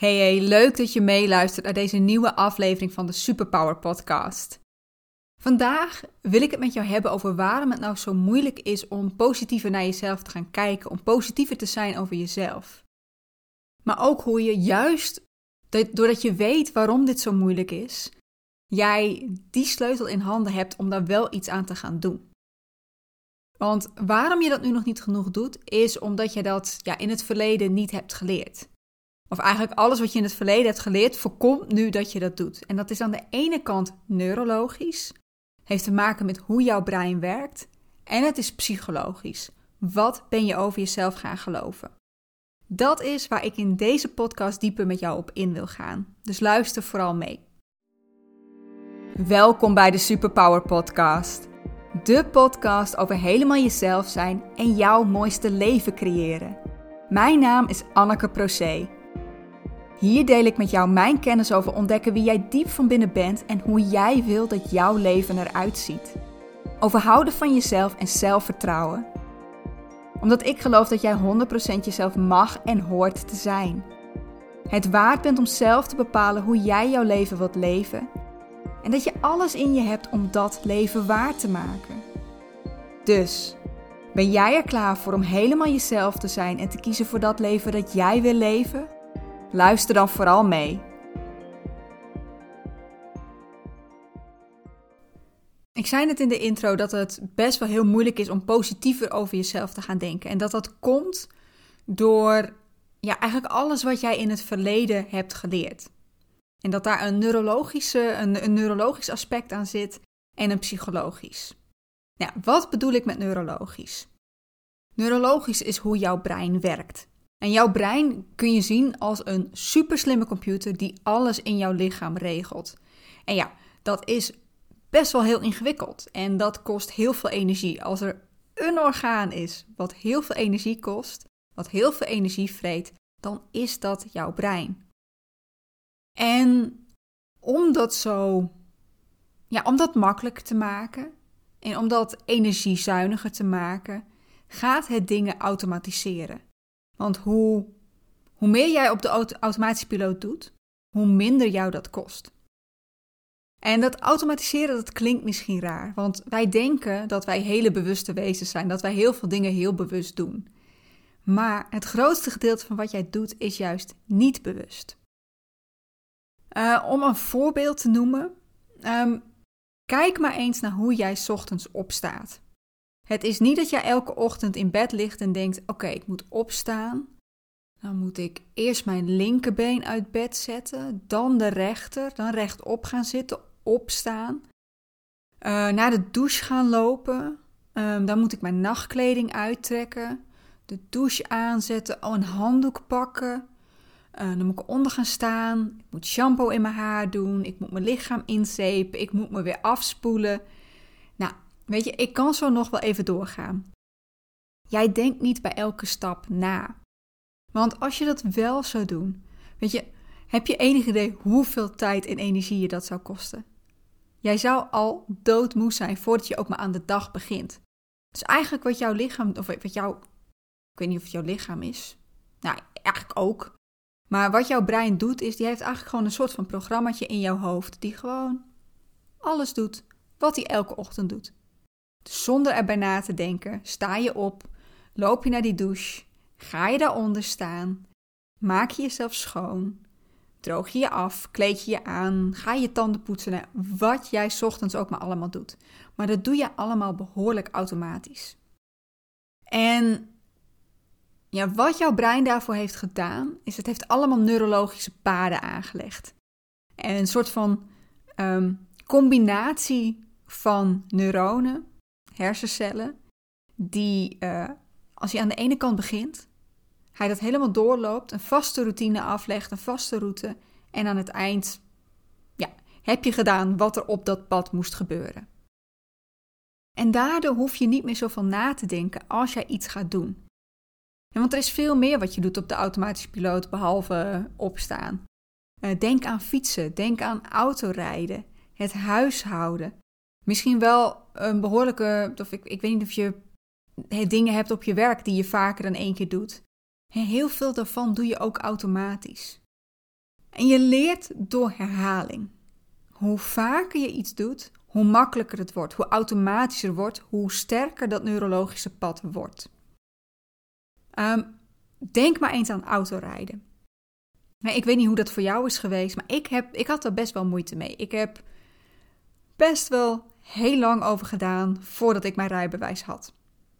Hey, leuk dat je meeluistert naar deze nieuwe aflevering van de Superpower Podcast. Vandaag wil ik het met jou hebben over waarom het nou zo moeilijk is om positiever naar jezelf te gaan kijken, om positiever te zijn over jezelf. Maar ook hoe je juist, doordat je weet waarom dit zo moeilijk is, jij die sleutel in handen hebt om daar wel iets aan te gaan doen. Want waarom je dat nu nog niet genoeg doet, is omdat je dat in het verleden niet hebt geleerd. Of eigenlijk alles wat je in het verleden hebt geleerd, voorkomt nu dat je dat doet. En dat is aan de ene kant neurologisch, heeft te maken met hoe jouw brein werkt. En het is psychologisch. Wat ben je over jezelf gaan geloven? Dat is waar ik in deze podcast dieper met jou op in wil gaan. Dus luister vooral mee. Welkom bij de Superpower Podcast. De podcast over helemaal jezelf zijn en jouw mooiste leven creëren. Mijn naam is Anneke Procé. Hier deel ik met jou mijn kennis over ontdekken wie jij diep van binnen bent en hoe jij wil dat jouw leven eruit ziet. Over houden van jezelf en zelfvertrouwen. Omdat ik geloof dat jij 100% jezelf mag en hoort te zijn. Het waard bent om zelf te bepalen hoe jij jouw leven wilt leven. En dat je alles in je hebt om dat leven waar te maken. Dus, ben jij er klaar voor om helemaal jezelf te zijn en te kiezen voor dat leven dat jij wil leven? Luister dan vooral mee. Ik zei net in de intro dat het best wel heel moeilijk is om positiever over jezelf te gaan denken. En dat komt door eigenlijk alles wat jij in het verleden hebt geleerd. En dat daar een neurologisch aspect aan zit en een psychologisch. Wat bedoel ik met neurologisch? Neurologisch is hoe jouw brein werkt. En jouw brein kun je zien als een superslimme computer die alles in jouw lichaam regelt. En dat is best wel heel ingewikkeld en dat kost heel veel energie. Als er een orgaan is wat heel veel energie kost, wat heel veel energie vreet, dan is dat jouw brein. En om dat makkelijk te maken en om dat energiezuiniger te maken, gaat het dingen automatiseren. Want hoe meer jij op de automatische piloot doet, hoe minder jou dat kost. En dat automatiseren, dat klinkt misschien raar. Want wij denken dat wij hele bewuste wezens zijn. Dat wij heel veel dingen heel bewust doen. Maar het grootste gedeelte van wat jij doet is juist niet bewust. Om een voorbeeld te noemen. Kijk maar eens naar hoe jij 's ochtends opstaat. Het is niet dat jij elke ochtend in bed ligt en denkt, oké, ik moet opstaan. Dan moet ik eerst mijn linkerbeen uit bed zetten, dan de rechter, dan rechtop gaan zitten, opstaan. Naar de douche gaan lopen. Dan moet ik mijn nachtkleding uittrekken, de douche aanzetten, een handdoek pakken. Dan moet ik eronder gaan staan, ik moet shampoo in mijn haar doen, ik moet mijn lichaam inzeepen, ik moet me weer afspoelen. Weet je, ik kan zo nog wel even doorgaan. Jij denkt niet bij elke stap na. Want als je dat wel zou doen, weet je, heb je enig idee hoeveel tijd en energie je dat zou kosten? Jij zou al doodmoe zijn voordat je ook maar aan de dag begint. Dus eigenlijk wat jouw lichaam, ik weet niet of het jouw lichaam is. Eigenlijk ook. Maar wat jouw brein doet is, die heeft eigenlijk gewoon een soort van programmaatje in jouw hoofd die gewoon alles doet wat hij elke ochtend doet. Dus zonder erbij na te denken, sta je op, loop je naar die douche, ga je daaronder staan, maak je jezelf schoon, droog je je af, kleed je je aan, ga je tanden poetsen, wat jij 's ochtends ook maar allemaal doet. Maar dat doe je allemaal behoorlijk automatisch. En wat jouw brein daarvoor heeft gedaan, is het heeft allemaal neurologische paden aangelegd. En een soort van combinatie van neuronen, hersencellen, die als je aan de ene kant begint, hij dat helemaal doorloopt, een vaste routine aflegt, een vaste route, en aan het eind heb je gedaan wat er op dat pad moest gebeuren. En daardoor hoef je niet meer zoveel na te denken als jij iets gaat doen. Want er is veel meer wat je doet op de automatische piloot, behalve opstaan. Denk aan fietsen, denk aan autorijden, het huishouden. Misschien wel een behoorlijke, of ik weet niet of je dingen hebt op je werk die je vaker dan 1 keer doet. Heel veel daarvan doe je ook automatisch. En je leert door herhaling. Hoe vaker je iets doet, hoe makkelijker het wordt, hoe automatischer wordt, hoe sterker dat neurologische pad wordt. Denk maar eens aan autorijden. Ik weet niet hoe dat voor jou is geweest, maar ik had er best wel moeite mee. Ik heb best wel heel lang over gedaan voordat ik mijn rijbewijs had.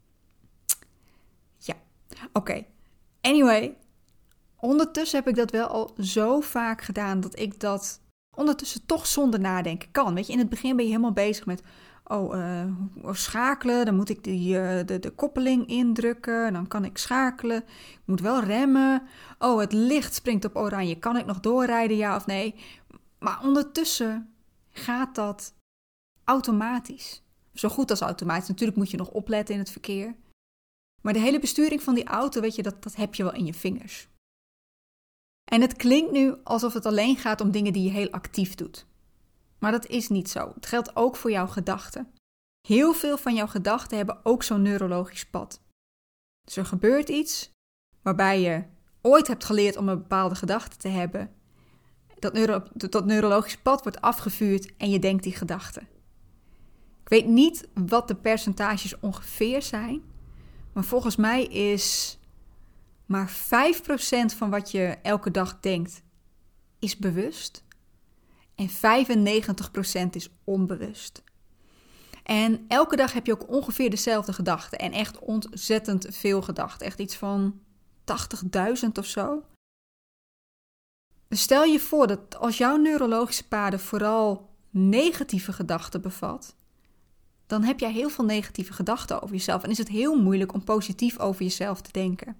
Ja, oké. Anyway, ondertussen heb ik dat wel al zo vaak gedaan dat ik dat ondertussen toch zonder nadenken kan. Weet je, in het begin ben je helemaal bezig met schakelen. Dan moet ik de koppeling indrukken. Dan kan ik schakelen. Ik moet wel remmen. Oh, het licht springt op oranje. Kan ik nog doorrijden, ja of nee? Maar ondertussen gaat dat automatisch. Zo goed als automatisch. Natuurlijk moet je nog opletten in het verkeer. Maar de hele besturing van die auto, weet je, dat heb je wel in je vingers. En het klinkt nu alsof het alleen gaat om dingen die je heel actief doet. Maar dat is niet zo. Het geldt ook voor jouw gedachten. Heel veel van jouw gedachten hebben ook zo'n neurologisch pad. Dus er gebeurt iets waarbij je ooit hebt geleerd om een bepaalde gedachte te hebben. Dat neurologisch pad wordt afgevuurd en je denkt die gedachte. Ik weet niet wat de percentages ongeveer zijn, maar volgens mij is maar 5% van wat je elke dag denkt is bewust en 95% is onbewust. En elke dag heb je ook ongeveer dezelfde gedachten en echt ontzettend veel gedachten. Echt iets van 80.000 of zo. Dus stel je voor dat als jouw neurologische paden vooral negatieve gedachten bevat, dan heb jij heel veel negatieve gedachten over jezelf en is het heel moeilijk om positief over jezelf te denken.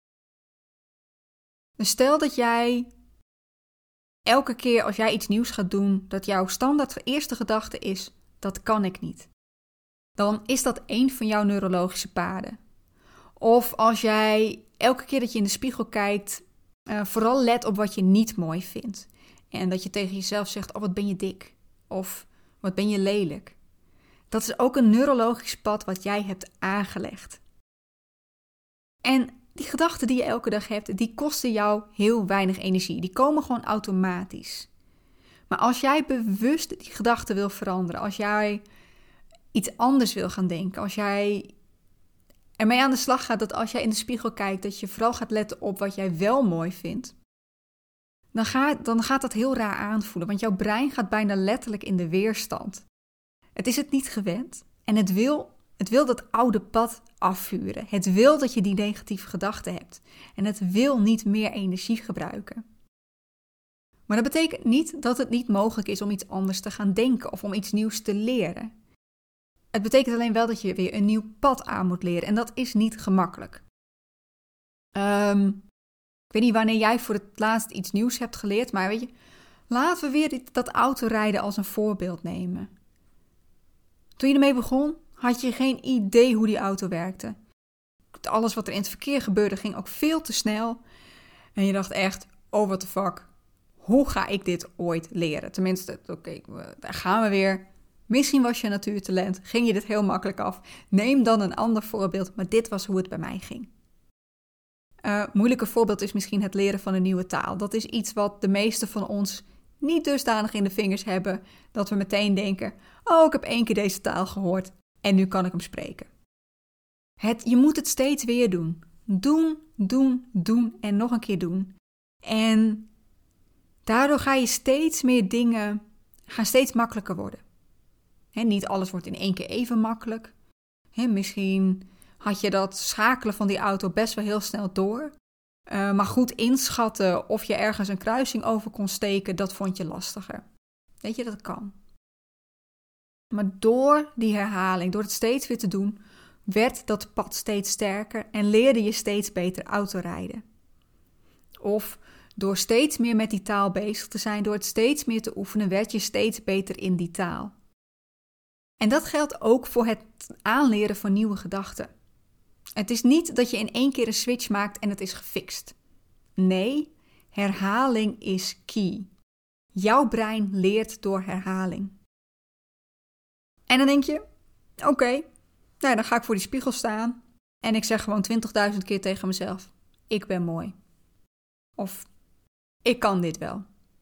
Dus stel dat jij elke keer als jij iets nieuws gaat doen, dat jouw standaard eerste gedachte is, dat kan ik niet. Dan is dat één van jouw neurologische paden. Of als jij elke keer dat je in de spiegel kijkt, vooral let op wat je niet mooi vindt. En dat je tegen jezelf zegt, oh wat ben je dik. Of wat ben je lelijk. Dat is ook een neurologisch pad wat jij hebt aangelegd. En die gedachten die je elke dag hebt, die kosten jou heel weinig energie. Die komen gewoon automatisch. Maar als jij bewust die gedachten wil veranderen, als jij iets anders wil gaan denken, als jij ermee aan de slag gaat dat als jij in de spiegel kijkt, dat je vooral gaat letten op wat jij wel mooi vindt, dan gaat dat heel raar aanvoelen, want jouw brein gaat bijna letterlijk in de weerstand. Het is het niet gewend en het wil dat oude pad afvuren. Het wil dat je die negatieve gedachten hebt en het wil niet meer energie gebruiken. Maar dat betekent niet dat het niet mogelijk is om iets anders te gaan denken of om iets nieuws te leren. Het betekent alleen wel dat je weer een nieuw pad aan moet leren en dat is niet gemakkelijk. Ik weet niet wanneer jij voor het laatst iets nieuws hebt geleerd, maar weet je, laten we weer dat autorijden als een voorbeeld nemen. Toen je ermee begon, had je geen idee hoe die auto werkte. Alles wat er in het verkeer gebeurde ging ook veel te snel. En je dacht echt, oh what the fuck, hoe ga ik dit ooit leren? Tenminste, oké, daar gaan we weer. Misschien was je natuurtalent, ging je dit heel makkelijk af. Neem dan een ander voorbeeld, maar dit was hoe het bij mij ging. Moeilijker voorbeeld is misschien het leren van een nieuwe taal. Dat is iets wat de meeste van ons niet dusdanig in de vingers hebben, dat we meteen denken, oh, ik heb 1 keer deze taal gehoord en nu kan ik hem spreken. Je moet het steeds weer doen. Doen en nog een keer doen. En daardoor ga je steeds meer dingen, gaan steeds makkelijker worden. Niet alles wordt in 1 keer even makkelijk. Misschien had je dat schakelen van die auto best wel heel snel door. Maar goed inschatten of je ergens een kruising over kon steken, dat vond je lastiger. Weet je, dat kan. Maar door die herhaling, door het steeds weer te doen, werd dat pad steeds sterker en leerde je steeds beter autorijden. Of door steeds meer met die taal bezig te zijn, door het steeds meer te oefenen, werd je steeds beter in die taal. En dat geldt ook voor het aanleren van nieuwe gedachten. Het is niet dat je in 1 keer een switch maakt en het is gefixt. Nee, herhaling is key. Jouw brein leert door herhaling. En dan denk je, oké, dan ga ik voor die spiegel staan en ik zeg gewoon 20.000 keer tegen mezelf, ik ben mooi. Of, ik kan dit wel.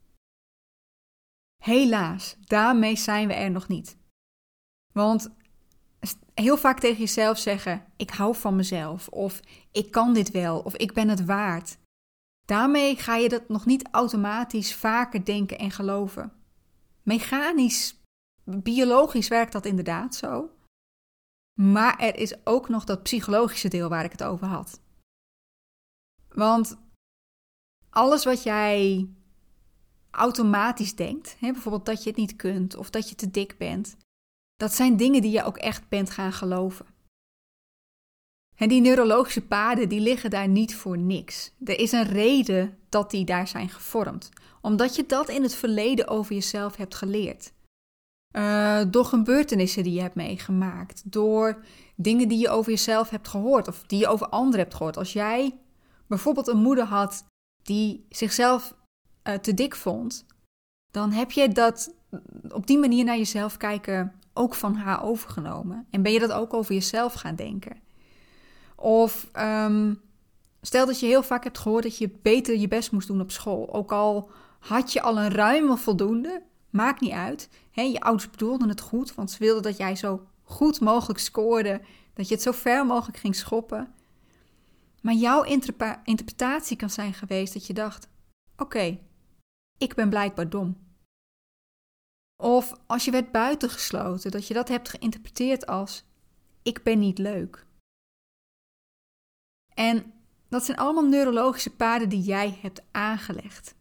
Helaas, daarmee zijn we er nog niet. Want heel vaak tegen jezelf zeggen, ik hou van mezelf, of ik kan dit wel, of ik ben het waard. Daarmee ga je dat nog niet automatisch vaker denken en geloven. Mechanisch, biologisch werkt dat inderdaad zo. Maar er is ook nog dat psychologische deel waar ik het over had. Want alles wat jij automatisch denkt, bijvoorbeeld dat je het niet kunt of dat je te dik bent, dat zijn dingen die je ook echt bent gaan geloven. En die neurologische paden die liggen daar niet voor niks. Er is een reden dat die daar zijn gevormd. Omdat je dat in het verleden over jezelf hebt geleerd. Door gebeurtenissen die je hebt meegemaakt. Door dingen die je over jezelf hebt gehoord of die je over anderen hebt gehoord. Als jij bijvoorbeeld een moeder had die zichzelf te dik vond, dan heb je dat op die manier naar jezelf kijken ook van haar overgenomen. En ben je dat ook over jezelf gaan denken. Of stel dat je heel vaak hebt gehoord dat je beter je best moest doen op school. Ook al had je al een ruime voldoende, maakt niet uit. Je ouders bedoelden het goed, want ze wilden dat jij zo goed mogelijk scoorde, dat je het zo ver mogelijk ging schoppen. Maar jouw interpretatie kan zijn geweest dat je dacht, oké, ik ben blijkbaar dom. Of als je werd buitengesloten, dat je dat hebt geïnterpreteerd als, ik ben niet leuk. En dat zijn allemaal neurologische paden die jij hebt aangelegd.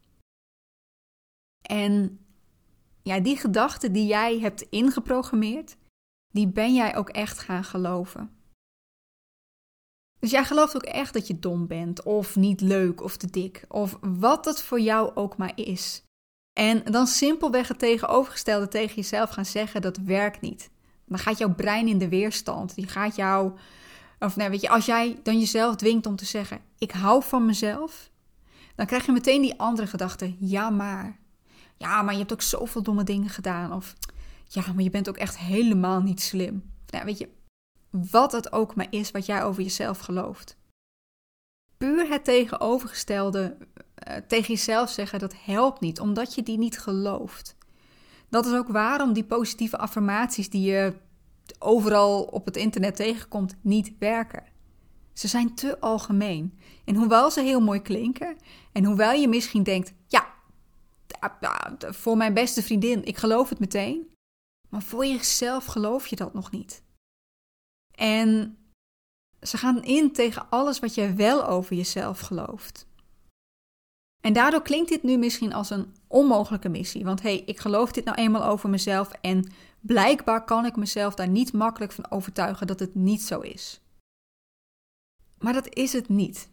En ja, die gedachten die jij hebt ingeprogrammeerd, die ben jij ook echt gaan geloven. Dus jij gelooft ook echt dat je dom bent, of niet leuk, of te dik, of wat het voor jou ook maar is. En dan simpelweg het tegenovergestelde tegen jezelf gaan zeggen, dat werkt niet. Dan gaat jouw brein in de weerstand. Die gaat jou, als jij dan jezelf dwingt om te zeggen, ik hou van mezelf, dan krijg je meteen die andere gedachte, ja, maar je hebt ook zoveel domme dingen gedaan. Of ja, maar je bent ook echt helemaal niet slim. Wat het ook maar is wat jij over jezelf gelooft. Puur het tegenovergestelde tegen jezelf zeggen, dat helpt niet, omdat je die niet gelooft. Dat is ook waarom die positieve affirmaties die je overal op het internet tegenkomt, niet werken. Ze zijn te algemeen. En hoewel ze heel mooi klinken, en hoewel je misschien denkt, ja, voor mijn beste vriendin, ik geloof het meteen, maar voor jezelf geloof je dat nog niet. En ze gaan in tegen alles wat je wel over jezelf gelooft. En daardoor klinkt dit nu misschien als een onmogelijke missie. Want ik geloof dit nou eenmaal over mezelf en blijkbaar kan ik mezelf daar niet makkelijk van overtuigen dat het niet zo is. Maar dat is het niet.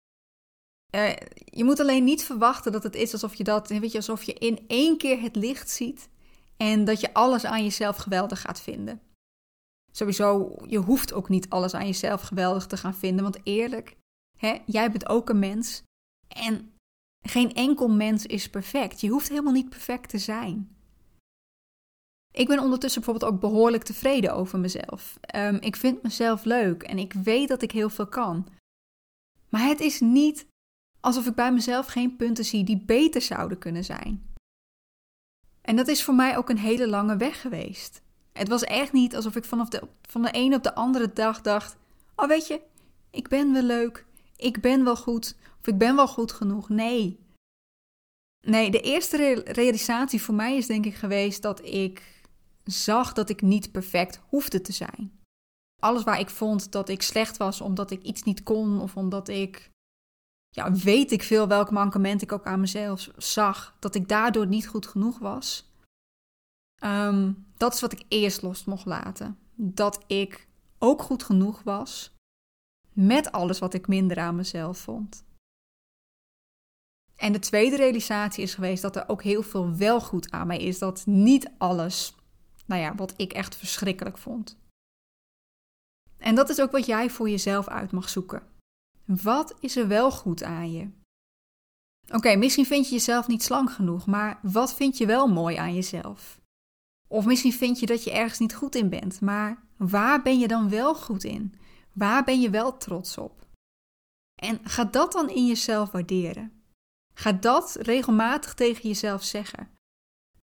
Je moet alleen niet verwachten dat het is alsof je in één keer het licht ziet en dat je alles aan jezelf geweldig gaat vinden. Sowieso, je hoeft ook niet alles aan jezelf geweldig te gaan vinden, want eerlijk, jij bent ook een mens en geen enkel mens is perfect. Je hoeft helemaal niet perfect te zijn. Ik ben ondertussen bijvoorbeeld ook behoorlijk tevreden over mezelf. Ik vind mezelf leuk en ik weet dat ik heel veel kan. Maar het is niet alsof ik bij mezelf geen punten zie die beter zouden kunnen zijn. En dat is voor mij ook een hele lange weg geweest. Het was echt niet alsof ik van de ene op de andere dag dacht, oh weet je, ik ben wel leuk, ik ben wel goed, of ik ben wel goed genoeg. Nee, de eerste realisatie voor mij is denk ik geweest dat ik zag dat ik niet perfect hoefde te zijn. Alles waar ik vond dat ik slecht was omdat ik iets niet kon of omdat ik, weet ik veel welk mankement ik ook aan mezelf zag, dat ik daardoor niet goed genoeg was. Dat is wat ik eerst los mocht laten. Dat ik ook goed genoeg was met alles wat ik minder aan mezelf vond. En de tweede realisatie is geweest dat er ook heel veel wel goed aan mij is. Dat niet alles, wat ik echt verschrikkelijk vond. En dat is ook wat jij voor jezelf uit mag zoeken. Wat is er wel goed aan je? Oké, misschien vind je jezelf niet slank genoeg, maar wat vind je wel mooi aan jezelf? Of misschien vind je dat je ergens niet goed in bent, maar waar ben je dan wel goed in? Waar ben je wel trots op? En ga dat dan in jezelf waarderen. Ga dat regelmatig tegen jezelf zeggen.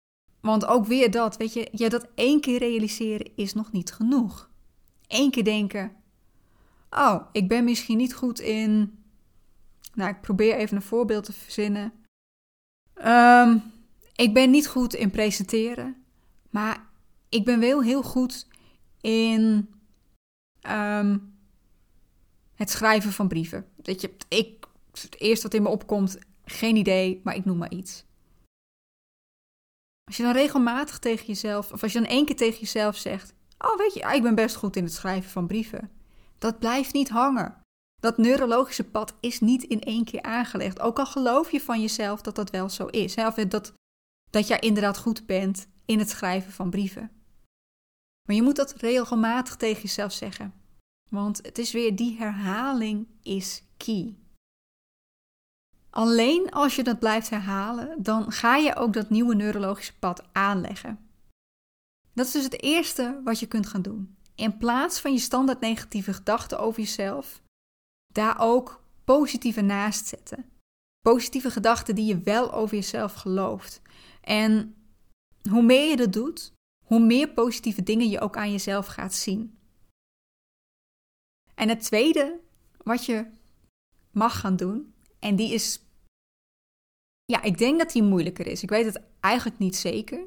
Want ook weer dat, weet je, dat 1 keer realiseren is nog niet genoeg. 1 keer denken, oh, ik ben misschien niet goed in... Nou, ik probeer even een voorbeeld te verzinnen. Ik ben niet goed in presenteren, maar ik ben wel heel goed in het schrijven van brieven. Weet je, het eerste wat in me opkomt, geen idee, maar ik noem maar iets. Als je dan regelmatig tegen jezelf, of als je dan 1 keer tegen jezelf zegt, oh weet je, ik ben best goed in het schrijven van brieven. Dat blijft niet hangen. Dat neurologische pad is niet in 1 keer aangelegd. Ook al geloof je van jezelf dat dat wel zo is. Hè? Of dat jij inderdaad goed bent in het schrijven van brieven. Maar je moet dat regelmatig tegen jezelf zeggen. Want het is weer, die herhaling is key. Alleen als je dat blijft herhalen, dan ga je ook dat nieuwe neurologische pad aanleggen. Dat is dus het eerste wat je kunt gaan doen. In plaats van je standaard negatieve gedachten over jezelf, daar ook positieve naast zetten. Positieve gedachten die je wel over jezelf gelooft. En hoe meer je dat doet, hoe meer positieve dingen je ook aan jezelf gaat zien. En het tweede wat je mag gaan doen, en die is, ja, ik denk dat die moeilijker is. Ik weet het eigenlijk niet zeker.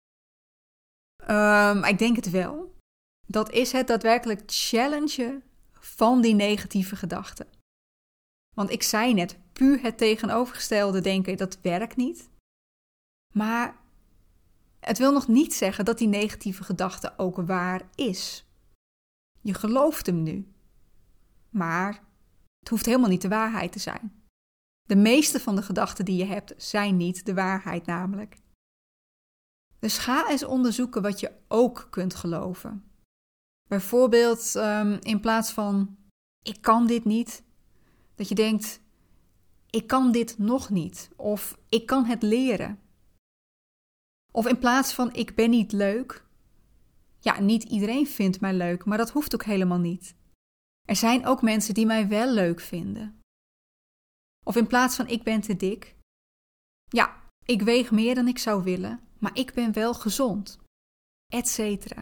Maar ik denk het wel. Dat is het daadwerkelijk challengen van die negatieve gedachten. Want ik zei net, puur het tegenovergestelde denken, dat werkt niet. Maar het wil nog niet zeggen dat die negatieve gedachte ook waar is. Je gelooft hem nu. Maar het hoeft helemaal niet de waarheid te zijn. De meeste van de gedachten die je hebt zijn niet de waarheid namelijk. Dus ga eens onderzoeken wat je ook kunt geloven. Bijvoorbeeld in plaats van ik kan dit niet, dat je denkt ik kan dit nog niet of ik kan het leren. Of in plaats van ik ben niet leuk, ja, niet iedereen vindt mij leuk, maar dat hoeft ook helemaal niet. Er zijn ook mensen die mij wel leuk vinden. Of in plaats van ik ben te dik, ja, ik weeg meer dan ik zou willen, maar ik ben wel gezond, etc.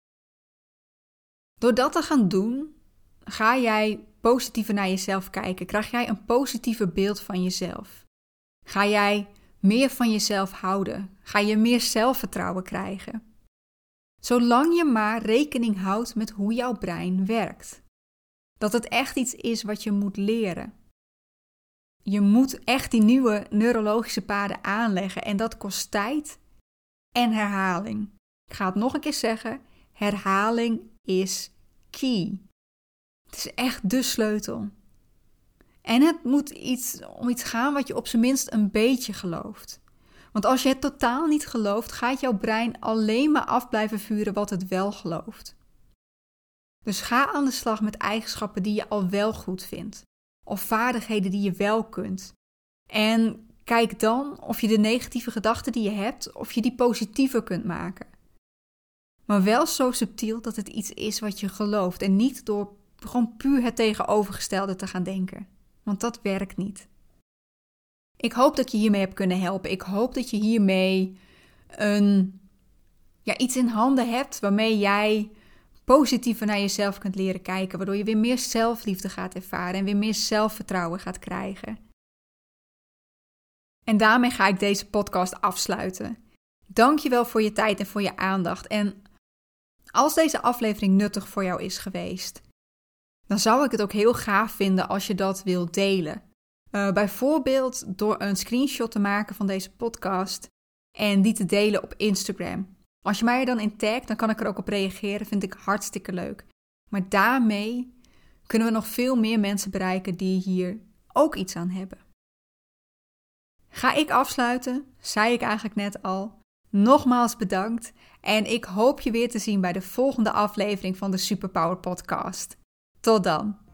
Door dat te gaan doen, ga jij positiever naar jezelf kijken. Krijg jij een positiever beeld van jezelf. Ga jij meer van jezelf houden. Ga je meer zelfvertrouwen krijgen. Zolang je maar rekening houdt met hoe jouw brein werkt. Dat het echt iets is wat je moet leren. Je moet echt die nieuwe neurologische paden aanleggen en dat kost tijd en herhaling. Ik ga het nog een keer zeggen, herhaling is key. Het is echt de sleutel. En het moet om iets gaan wat je op zijn minst een beetje gelooft. Want als je het totaal niet gelooft, gaat jouw brein alleen maar af blijven vuren wat het wel gelooft. Dus ga aan de slag met eigenschappen die je al wel goed vindt. Of vaardigheden die je wel kunt. En kijk dan of je de negatieve gedachten die je hebt, of je die positiever kunt maken. Maar wel zo subtiel dat het iets is wat je gelooft. En niet door gewoon puur het tegenovergestelde te gaan denken. Want dat werkt niet. Ik hoop dat je hiermee hebt kunnen helpen. Ik hoop dat je hiermee iets in handen hebt waarmee jij positiever naar jezelf kunt leren kijken. Waardoor je weer meer zelfliefde gaat ervaren en weer meer zelfvertrouwen gaat krijgen. En daarmee ga ik deze podcast afsluiten. Dank je wel voor je tijd en voor je aandacht. En als deze aflevering nuttig voor jou is geweest, dan zou ik het ook heel gaaf vinden als je dat wilt delen. Bijvoorbeeld door een screenshot te maken van deze podcast en die te delen op Instagram. Als je mij er dan in tagt, dan kan ik er ook op reageren. Vind ik hartstikke leuk. Maar daarmee kunnen we nog veel meer mensen bereiken die hier ook iets aan hebben. Ga ik afsluiten, zei ik eigenlijk net al. Nogmaals bedankt en ik hoop je weer te zien bij de volgende aflevering van de Superpower Podcast. Tot dan!